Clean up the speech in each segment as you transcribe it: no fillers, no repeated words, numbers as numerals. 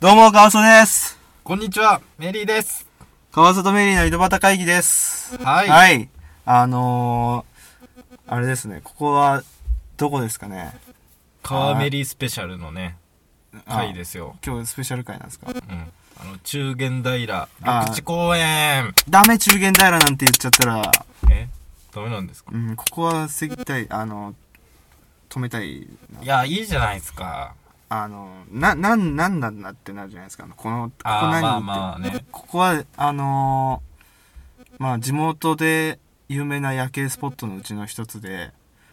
どうも、川里です。 こんにちは、メリーです。 川里メリーの井戸端会議です。 はい。 はい。あれですね、ここは、どこですかね。 川メリースペシャルのね、会ですよ。 今日スペシャル会なんですか？ 中元平、緑地公園。 ダメ、中元平なんて言っちゃったら。 ダメなんですか？ ここは防ぎたい、止めたい。 いや、いいじゃないですか。 なんなんだってなるじゃないですか。ここ何まあね。 ここは、地元で有名な夜景スポットのうちの一つで、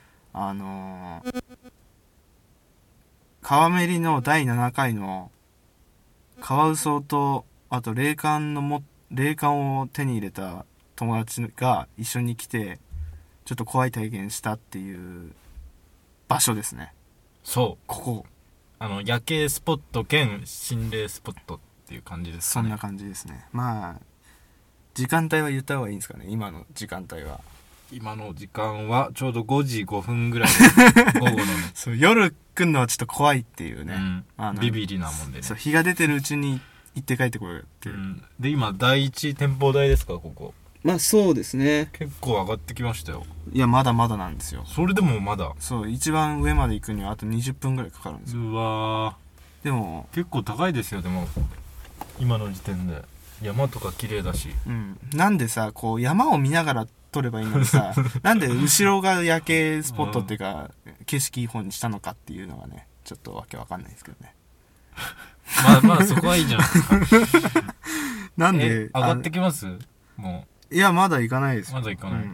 川メリの第7回のカワウソと、あと霊感を手に入れた友達が一緒に来て、ちょっと怖い体験したっていう場所ですね。 そう。 ここ。 夜景スポット兼心霊スポットっていう感じですかね。 そんな感じですね。まあ、時間帯は言った方がいいんですかね、今の時間帯は。 今の時間はちょうど5時5分ぐらい午後のね。 そう、夜来るのはちょっと怖いっていうね。 ビビリなもんでね。 そう、日が出てるうちに行って帰ってこようっていう。 で、今、第一展望台ですか、ここ。 まあそうですね。 結構上がってきましたよ。 いや、まだまだなんですよ。 それでもまだ。 そう、一番上まで行くにはあと20分ぐらいかかるんですよ。 うわでも、 結構高いですよ、でも。今の時点で。山とか綺麗だし。 なんでさ、こう、山を見ながら撮ればいいのにさ、なんで後ろが夜景スポットっていうか、景色いい方にしたのかっていうのがね、ちょっとわけわかんないですけどね。 まあそこはいいじゃないですか。 なんで、 上がってきますもう。いや、まだ行かないですよ。 まだ行かない。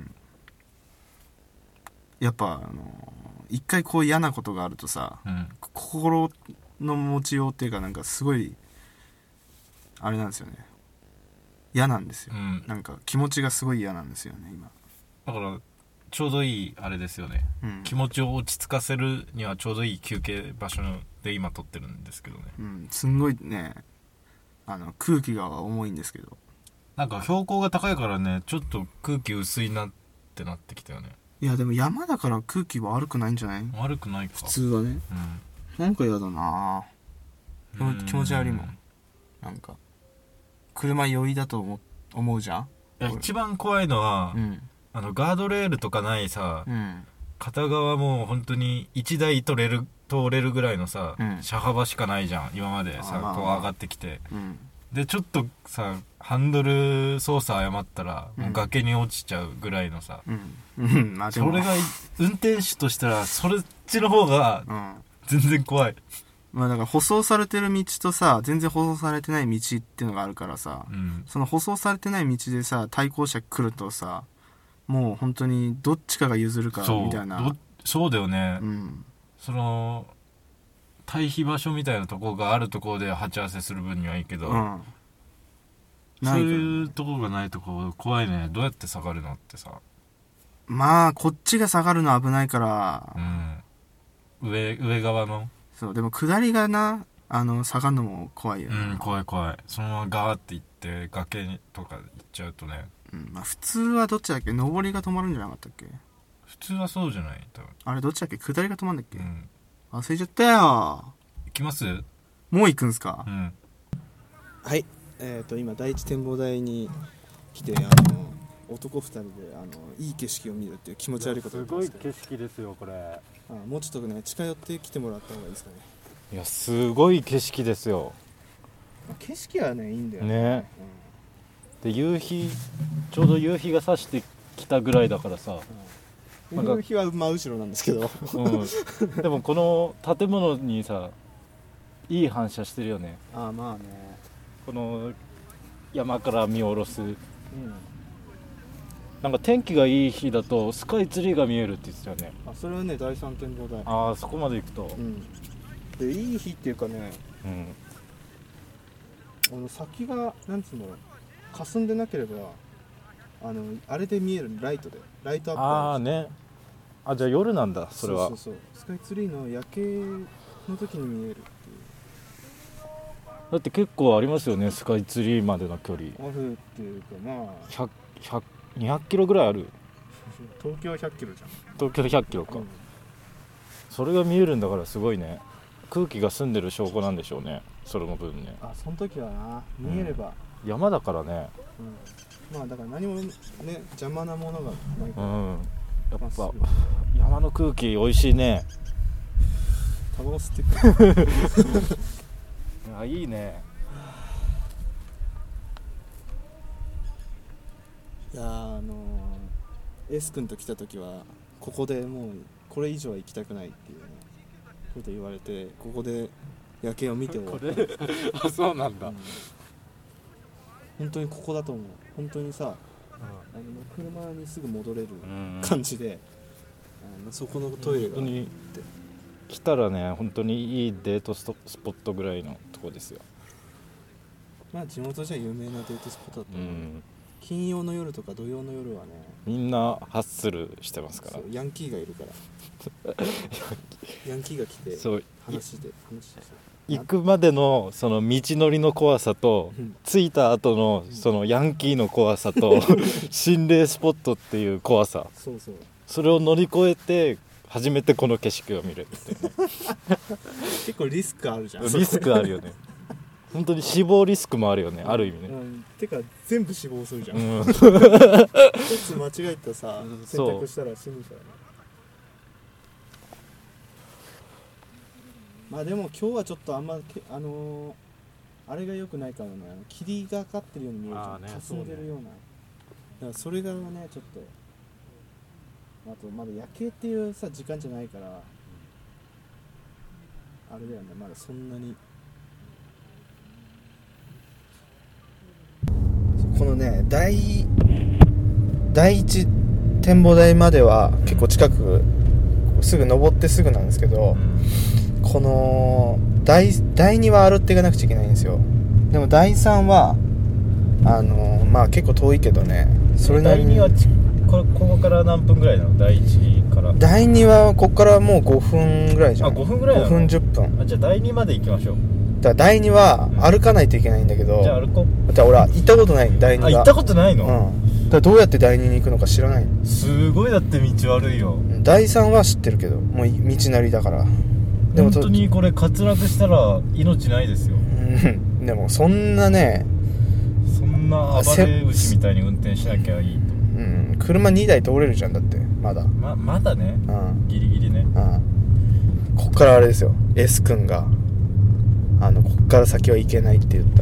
やっぱ、一回こう嫌なことがあるとさ、心の持ちようっていうかなんかすごい、あれなんですよね。嫌なんですよ。なんか気持ちがすごい嫌なんですよね、今。 だから、ちょうどいい、あれですよね。気持ちを落ち着かせるにはちょうどいい休憩場所で今撮ってるんですけどね。 すんごいね、空気が重いんですけど。 なんか標高が高いからね、ちょっと空気薄いなってなってきたよね。 いやでも山だから空気は悪くないんじゃない？ 悪くないか。 普通はね。なんか嫌だなぁ。気持ち悪いもん。なんか車酔いだと思うじゃん。 いや一番怖いのは、ガードレールとかないさ、片側もう本当に1台通れるぐらいのさ、車幅しかないじゃん今までさ、こう上がってきて、でちょっとさハンドル操作誤ったら、もう崖に落ちちゃうぐらいのさ、それが運転手としたらそっちの方が全然怖い。 まあだから舗装されてる道とさ、全然舗装されてない道っていうのがあるからさ、その舗装されてない道でさ、対向車来るとさ、もう本当にどっちかが譲るかみたいな。 そうだよね。その退避場所みたいなとこがあるところで鉢合わせする分にはいいけど、そういうとこがないとこ怖いね。どうやって下がるのってさ。 まあこっちが下がるの危ないから、 上側の。 そう、でも下りがな、下がるのも怖いよね。 怖い。そのままガーって行って崖とか行っちゃうとね。 まあ普通はどっちだっけ？上りが止まるんじゃなかったっけ？ 普通はそうじゃない多分。 あれどっちだっけ？下りが止まるんだっけ？忘れちゃったよ。行きます？ もう行くんすか？ はい。今第一展望台に来て、男2人でいい景色を見るっていう気持ち悪いことをやってます。 すごい景色ですよこれ。 もうちょっとね近寄ってきてもらった方がいいですかね。 いやすごい景色ですよ。 景色はねいいんだよね。でちょうど夕日が差してきたぐらいだからさ、 夕日は真後ろなんですけど、 でもこの建物にさいい反射してるよね。 まあね。 この山から見下ろす、なんか天気がいい日だとスカイツリーが見えるって言ってたよね。 それはね第三展望台。 そこまで行くと、 でいい日っていうかね、先がなんつうの霞んでなければあれで見えるライトアップね。じゃあ夜なんだそれは。 そうスカイツリーの夜景の時に見えるっていう。 だって結構ありますよねスカイツリーまでの距離。 あるっていうか 200キロぐらいある。 東京100キロじゃん。 東京100キロか、それが見えるんだからすごいね。 空気が澄んでる証拠なんでしょうね、それの分ね。 あ、その時はな、見えれば、 山だからね、 まあだから何もね邪魔なものがないから、 やっぱ山の空気美味しいね。 タバコ吸ってくあ、いいね。 いやS 君と来た時はここでもうこれ以上は行きたくないっていうねこと言われて、ここで夜景を見て終わったあ、そうなんだ、 本当にここだと思う。本当にさ、車にすぐ戻れる感じで、そこのトイレが本当に来たらね、本当にいいデートスポットぐらいのとこですよ。 まあ地元じゃ有名なデートスポットだと思う、金曜の夜とか土曜の夜はね、 みんなハッスルしてますから。 ヤンキーがいるからヤンキーが来て話して行くまでのその道のりの怖さと、着いた後のそのヤンキーの怖さと心霊スポットっていう怖さ、それを乗り越えて初めてこの景色を見れるっていうね結構リスクあるじゃん。 リスクあるよね本当に死亡リスクもあるよね、ある意味ね、 てか全部死亡するじゃん、一つ間違えたさ選択したら死ぬからね。まあでも今日はちょっとあんまあれが良くないからね、霧がかってるように見えるじゃん、霞んでるような、だからそれがねちょっと、あとまだ夜景っていうさ時間じゃないから、あれだよね、まだそんなにこのね第一展望台までは結構近く、すぐ登ってすぐなんですけど、この第2は歩っていかなくちゃいけないんですよ。でも第3はまあ結構遠いけどね、それなりに。 第2はここから何分ぐらいなの？第1から第2はここからもう5分ぐらいじゃん。 5分ぐらいなの？ 5分10分。 じゃあ第2まで行きましょう。 だから第2は歩かないといけないんだけど、 じゃあ歩こう。 だから俺は行ったことない、第2は。 行ったことないの？ だからどうやって第2に行くのか知らない。 すごい、だって道悪いよ。 第3は知ってるけど、もう道なりだから。 でも本当にこれ滑落したら命ないですよ。 でもそんなね、 そんな暴れ牛みたいに運転しなきゃいいと。 車2台通れるじゃん、だってまだ。 まだね、ギリギリね。 こっからあれですよ、 S 君がこっから先は行けないって言った。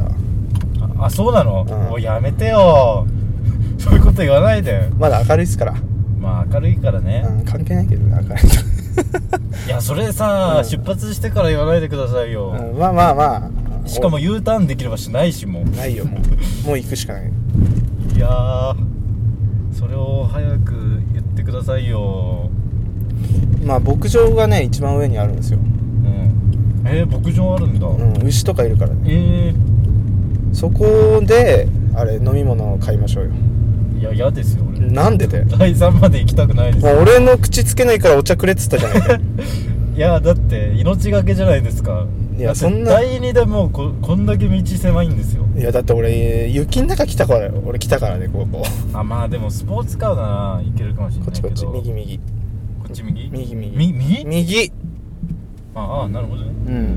あ、そうなの？もうやめてよそういうこと言わないで。 まだ明るいっすから。 まあ明るいからね、 関係ないけどね、明るいいやそれさ、出発してから言わないでくださいよ。 まあしかも U ターンできる場所ないし、もうないよ、もう行くしかない。 いやー、それを早く言ってくださいよ。 まあ牧場がね一番上にあるんですよ。 牧場あるんだ。 牛とかいるからね。そこであれ飲み物を買いましょうよ。 いや嫌ですよ俺。 なんでだよ。 第3まで行きたくないですよ。 俺の口つけないからお茶くれっつったじゃないかいやだって命がけじゃないですか。 いやそんな第2でもこんだけ道狭いんですよ。 いやだって俺雪の中来たからね、ここ。 まあでもスポーツカーならいけるかもしれないけど。 こっち右こっち右右なるほどね。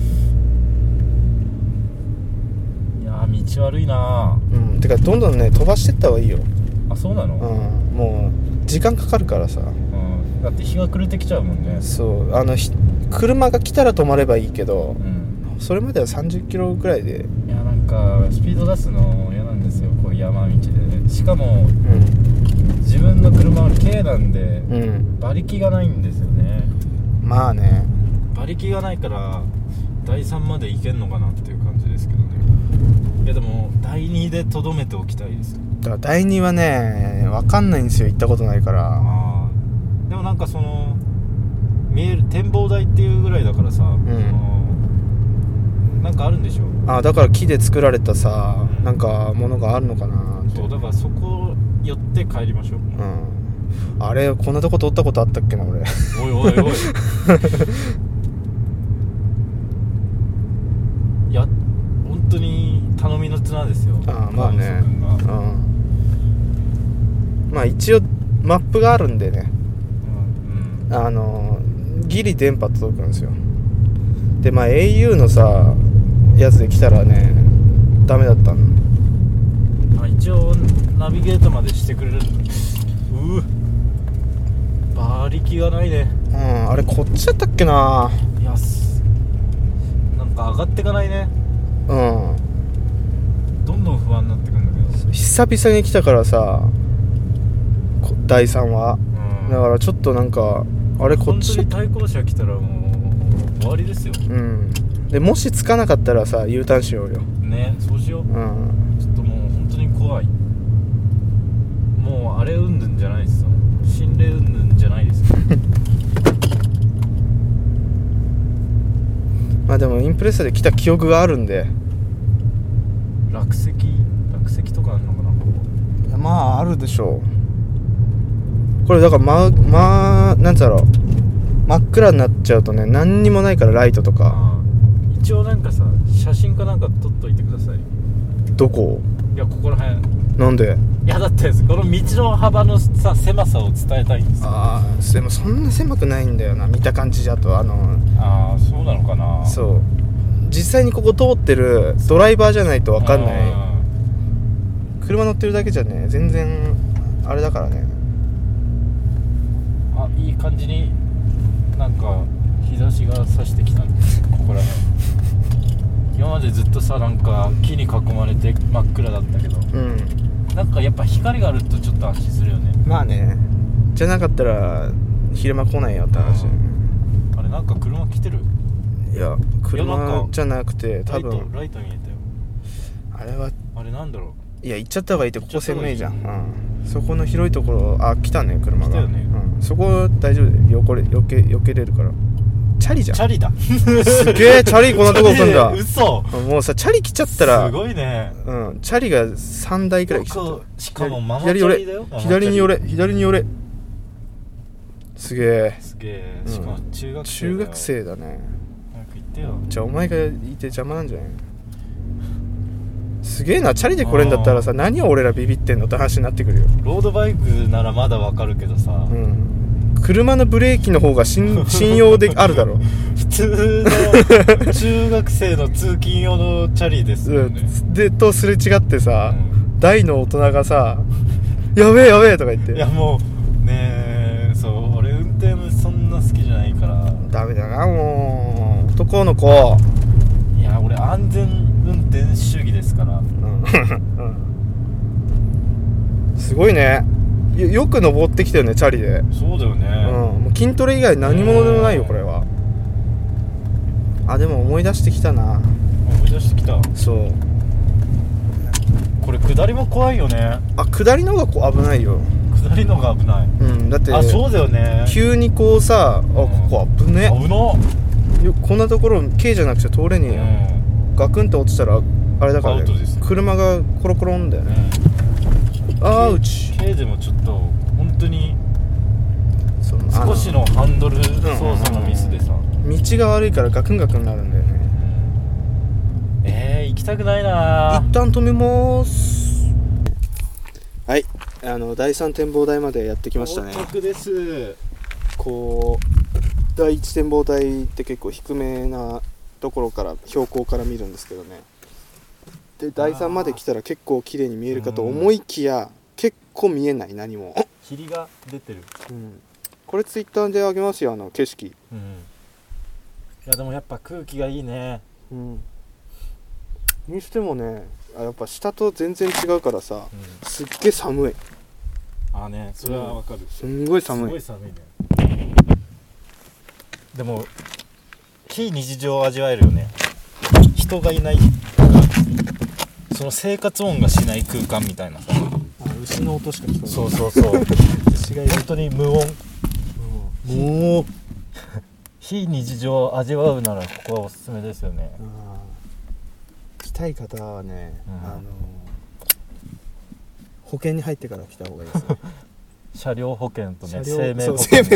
いや道悪いな。 てかどんどんね飛ばしてった方がいいよ。 そうなの？ もう時間かかるからさ。 だって日が暮れてきちゃうもんね。 そう車が来たら止まればいいけど、それまでは30キロぐらいで。 いやなんかスピード出すの嫌なんですよ、こういう山道で。しかも、自分の車は軽なんで、馬力がないんですよね。 まあね、 馬力がないから第3まで行けんのかなっていう感じですけどね。いやでも第2でとどめておきたいですよ。 だから第2はね分かんないんですよ、行ったことないから。 でもなんかその見える展望台っていうぐらいだからさ、なんかあるんでしょ。 だから木で作られたさ、なんかものがあるのかなって。 そうだからそこ寄って帰りましょう。 あれこんなとこ通ったことあったっけな俺。 おいいや本当に頼みの綱ですよ。 まあね。まあ一応マップがあるんでね、ギリ電波届くんですよ。 でまあ au のさやつで来たらねダメだったの。 一応ナビゲートまでしてくれる。馬力がないね。 あれこっちだったっけな。 いやなんか上がってかないね。どんどん不安になってくるんだけど、 久々に来たからさ第3は、だからちょっとなんかあれこっち本当に対向車来たらもう終わりですよ。 でもしつかなかったらさ U ターンしようよね。そうしよう。ちょっともう本当に怖い。もうあれうんぬんじゃないですよ。心霊うんぬんじゃないですよ。 まあでもインプレッサで来た記憶があるんで。 落石とかあるのかな。 まああるでしょう。これだからなんつうだろう、真っ暗になっちゃうとね何にもないからライトとか。 一応なんかさ写真かなんか撮っといてください。 どこ？ いやここら辺。 なんで？ いやだってこの道の幅のさ狭さを伝えたいんですよ。 でもそんな狭くないんだよな見た感じだと。 そうなのかな。 そう実際にここ通ってるドライバーじゃないと分かんない。車乗ってるだけじゃね全然あれだからね。 いい感じになんか日差しが差してきたんですここら辺。今までずっとさなんか木に囲まれて真っ暗だったけど、なんかやっぱ光があるとちょっと安心するよね。 まあね。じゃなかったら昼間来ないよって話。 あれなんか車来てる。 いや車じゃなくて多分ライト見えたよ。あれなんだろう。いや行っちゃった方がいいって。ここ鮮明じゃん。そこの広いところ来たね車が。 来たよね。 そこ大丈夫で避けれるから。チャリじゃん。 チャリだ。 すげえチャリこんなとこ来るんだ。 嘘。 もうさチャリ来ちゃったらすごいね。 チャリが3台くらい来ちゃった。 しかもママチャリだよ。 左に寄れ。すげえ。 しかも中学生だね。 早く行ってよ。 じゃあお前がいて邪魔なんじゃない？すげえな。チャリで来れんだったらさ何を俺らビビってんのって話になってくるよ。 ロードバイクならまだわかるけどさ、 車のブレーキの方が信用であるだろ。 普通の中学生の通勤用のチャリですよね。 とすれ違ってさ、大の大人がさやべえとか言って。 いやもうねそう俺運転そんな好きじゃないからダメだなもう男の子。 いや俺安全運転主義ですから。 すごいね。よく登ってきたよねチャリで。 そうだよね。 もう筋トレ以外何者でもないよこれは。でも思い出してきたな。 思い出してきた。 そうこれ下りも怖いよね。 下りの方が危ないよ。 下りの方が危ない。 だってそうだよね。 急にこうさここ危ね危な。 こんなところ軽じゃなくちゃ通れねえよ。ガクンと落ちたらあれだからね、車がコロコロんだよね。うち軽でもちょっと本当に少しのハンドル操作のミスでさ、 道が悪いからガクンガクンになるんだよね。 行きたくないな。 一旦止めます。はい第3展望台までやってきましたね。 到着です。 こう第1展望台って結構低めなところから標高から見るんですけどね。で第3まで来たら結構綺麗に見えるかと思いきや結構見えない。何も霧が出てる。 これツイッターであげますよ景色。いやでもやっぱ空気がいいね。 にしてもねやっぱ下と全然違うからさ、すっげえ寒い。 ねそれはわかる。 すんごい寒い。 すごい寒いね。でも非日常を味わえるよね。人がいないその生活音がしない空間みたいなさ。 牛の音しか聞こえない。 そう本当に無音。もう非日常を味わうならここはおすすめですよね。 来たい方はね、保険に入ってから来た方がいいですね。 車両保険とね生命保険。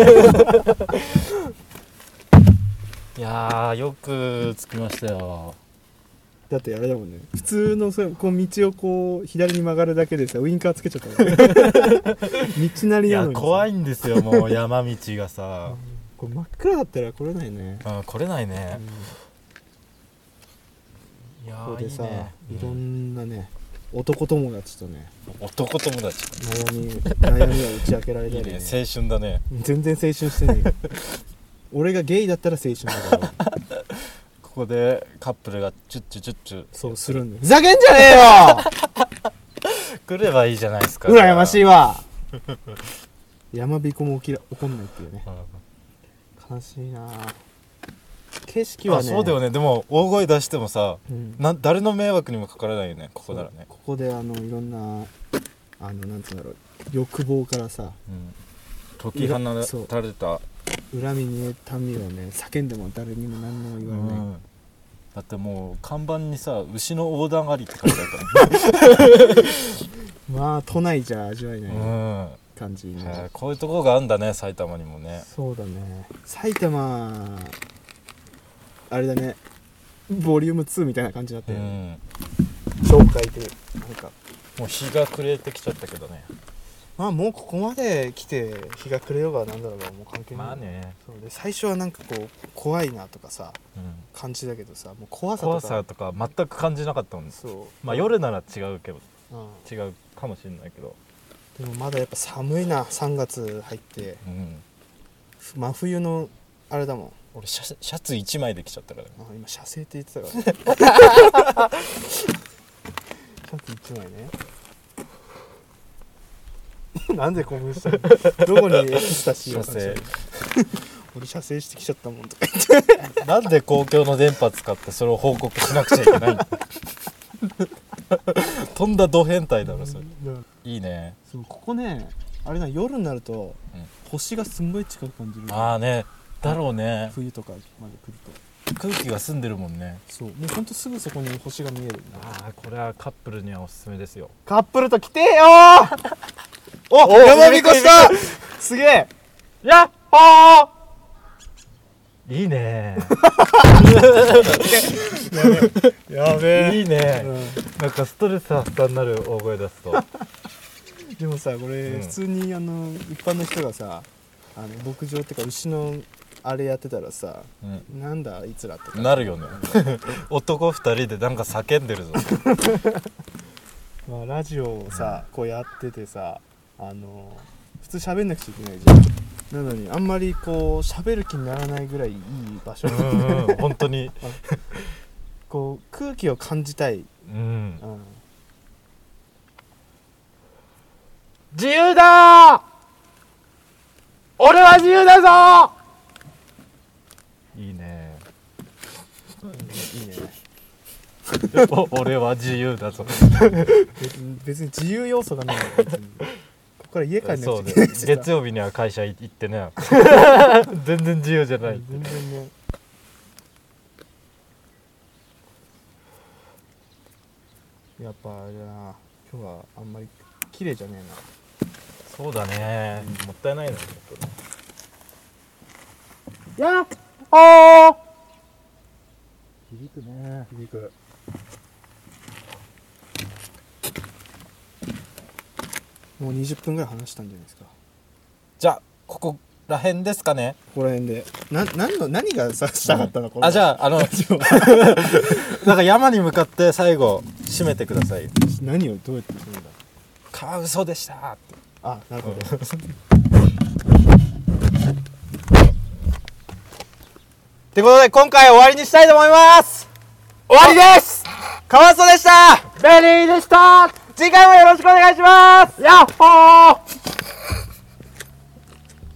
いやよく着きましたよ。 だってあれだもんね、普通のこう道をこう左に曲がるだけでさウインカーつけちゃったもんね。道なりなのに怖いんですよもう山道がさ。 これ真っ暗だったら来れないね。 来れないね、いやここでさ、 いいね、 いろんなね、男友達とね、 男友達悩みを打ち明けられたり、ね、 いいね、青春だね。 全然青春してねえよ俺がゲイだったら青春だからここでカップルがチュッチュチュッチュそうするんだよ。ふざけんじゃねえよ来ればいいじゃないですか。 羨ましいわ山彦も起こんないっていうね、悲しいな。景色はね、 そうだよね。でも大声出してもさ、誰の迷惑にもかからないよね、ここならね。 ここでいろんななんつうんだろう、欲望からさ、 解き放たれた恨みに妬みをね叫んでも誰にも何も言わない、 だってもう看板にさ牛の横断ありって書いてあったまあ都内じゃ味わえない感じね、 こういうところがあるんだね、埼玉にもね。 そうだね、埼玉あれだね、ボリューム2みたいな感じになってる、紹介でなんかもう日が暮れてきちゃったけどね。 まあもうここまで来て日が暮れようがなんだろうがもう関係ない。 まあね。 そうで最初はなんかこう怖いなとかさ、感じだけどさ、もう怖さとか全く感じなかったもんね。 そう。 まあ夜なら違うけど、違うかもしれないけど。 でもまだやっぱ寒いな、3月入って、真冬のあれだもん。 俺シャツ1枚で着ちゃったから、ね、 今射精って言ってたからねシャツ1枚ねなんで興奮したのどこにエクスタシーを感じた俺射精してきちゃったもんとか言ってなんで公共の電波使ってそれを報告しなくちゃいけないとんだド変態だろそれ。いいね。 そうここね、あれな、夜になると、星がすんごい近く感じる。 ああね、だろうね。 冬とかまで来ると空気が澄んでるもんね。 そう、もうほんとすぐそこに星が見える。 ああ、これはカップルにはおすすめですよ。 カップルと来てよーお、山びこしたすげえやっほーいいねやべえいいね、なんかストレス発散になる大声出すとでもさ、これ、普通に一般の人がさ牧場ってか牛のあれやってたらさ、なんだあいつらってなるよね男2人でなんか叫んでるぞまあラジオをさ、こうやっててさ、普通喋んなくちゃいけないじゃん。なのにあんまりこう喋る気にならないぐらいいい場所本当にこう空気を感じたい、自由だー俺は自由だぞーいいねいいね俺は自由だぞ別に自由要素がないの別にこれ家帰んなくちゃいけないし、 月曜日には会社行ってね全然自由じゃない全然ね。やっぱあれだな、今日はあんまり綺麗じゃねえな。 そうだね、もったいないなやっほー響くね。 響く。もう20分ぐらい話したんじゃないですか。 じゃあここら辺ですかね。 ここら辺で何がさしたかったの、これ。 じゃあなんか山に向かって最後締めてください。 何をどうやってするんだ。 カワウソでしたって。 あ、なるほどってことで今回終わりにしたいと思います。終わりです。カワウソでした。ベリーでした。次回もよろしくお願いします。やっほー。